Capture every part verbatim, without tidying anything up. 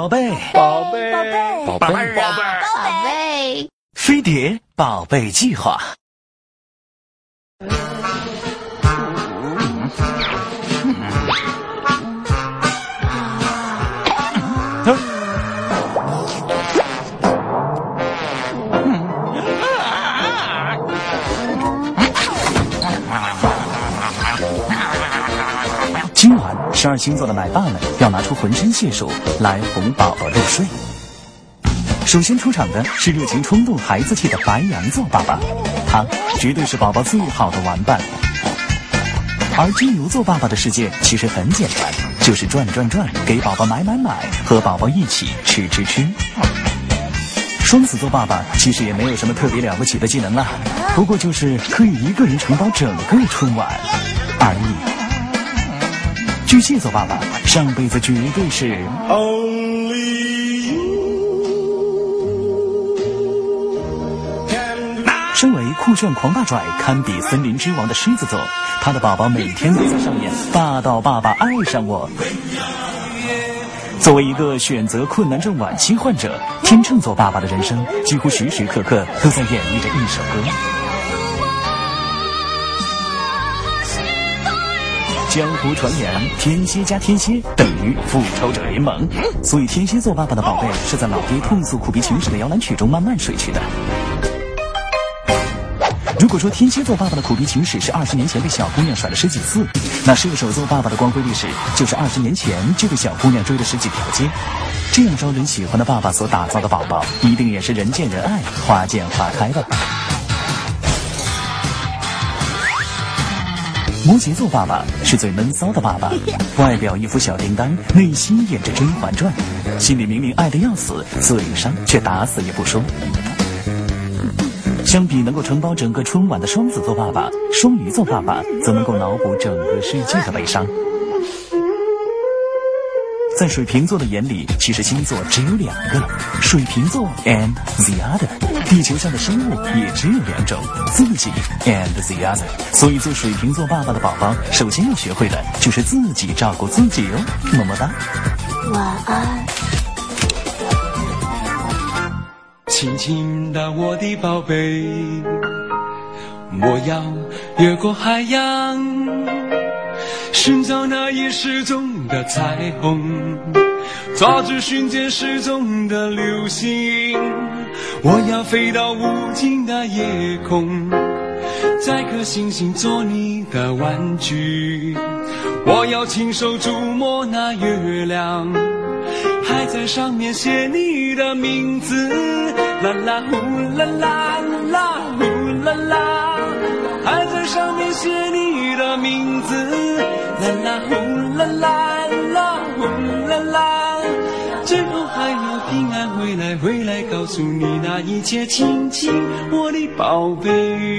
宝贝， 宝贝， 宝贝， 宝贝，宝贝， 宝贝， 飞碟宝贝计划。今晚十二星座的奶爸们要拿出浑身解数来哄宝宝入睡。首先出场的是热情冲动孩子气的白羊座爸爸，他绝对是宝宝最好的玩伴。而金牛座爸爸的世界其实很简单，就是转转转，给宝宝买买买，和宝宝一起吃吃吃。双子座爸爸其实也没有什么特别了不起的技能啦，不过就是可以一个人承包整个春晚而已。巨蟹座爸爸上辈子绝对是 Only you。 身为酷炫狂霸拽堪比森林之王的狮子座，他的宝宝每天都在上演霸道爸爸爱上我。作为一个选择困难症晚期患者，天秤座爸爸的人生几乎时时刻刻都在演绎着一首歌。江湖传言，天蝎加天蝎等于复仇者联盟，所以天蝎座爸爸的宝贝是在老爹痛诉苦逼情史的摇篮曲中慢慢睡去的。如果说天蝎座爸爸的苦逼情史是二十年前被小姑娘甩了十几次，那射手座爸爸的光辉历史就是二十年前就被小姑娘追了十几条街。这样招人喜欢的爸爸所打造的宝宝，一定也是人见人爱，花见花开的。摩羯座爸爸是最闷骚的爸爸，外表一副小叮当，内心演着《甄嬛传》，心里明明爱得要死，嘴上却打死也不说。相比能够承包整个春晚的双子座爸爸，双鱼座爸爸则能够脑补整个世界的悲伤。在水瓶座的眼里，其实星座只有两个，水瓶座 and the other。地球上的生物也只有两种，自己 and the other。所以做水瓶座爸爸的宝宝，首先要学会的就是自己照顾自己哦，么么哒。 晚安。 轻轻的我的宝贝，我要越过海洋，寻找那已失踪的彩虹，抓住瞬间失踪的流星。我要飞到无尽的夜空，摘颗星星做你的玩具。我要亲手触摸那月亮，还在上面写你的名字。啦啦呼啦啦啦呼啦啦，还在上面写你的名字。啦啦呼啦啦啦呼啦啦，最后还要平安回来，回来告诉你那一切，亲亲我的宝贝。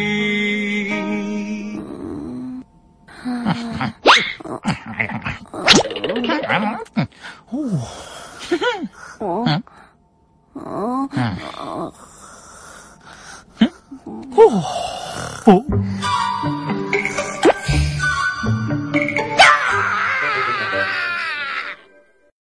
哦， 哦，哦，哦。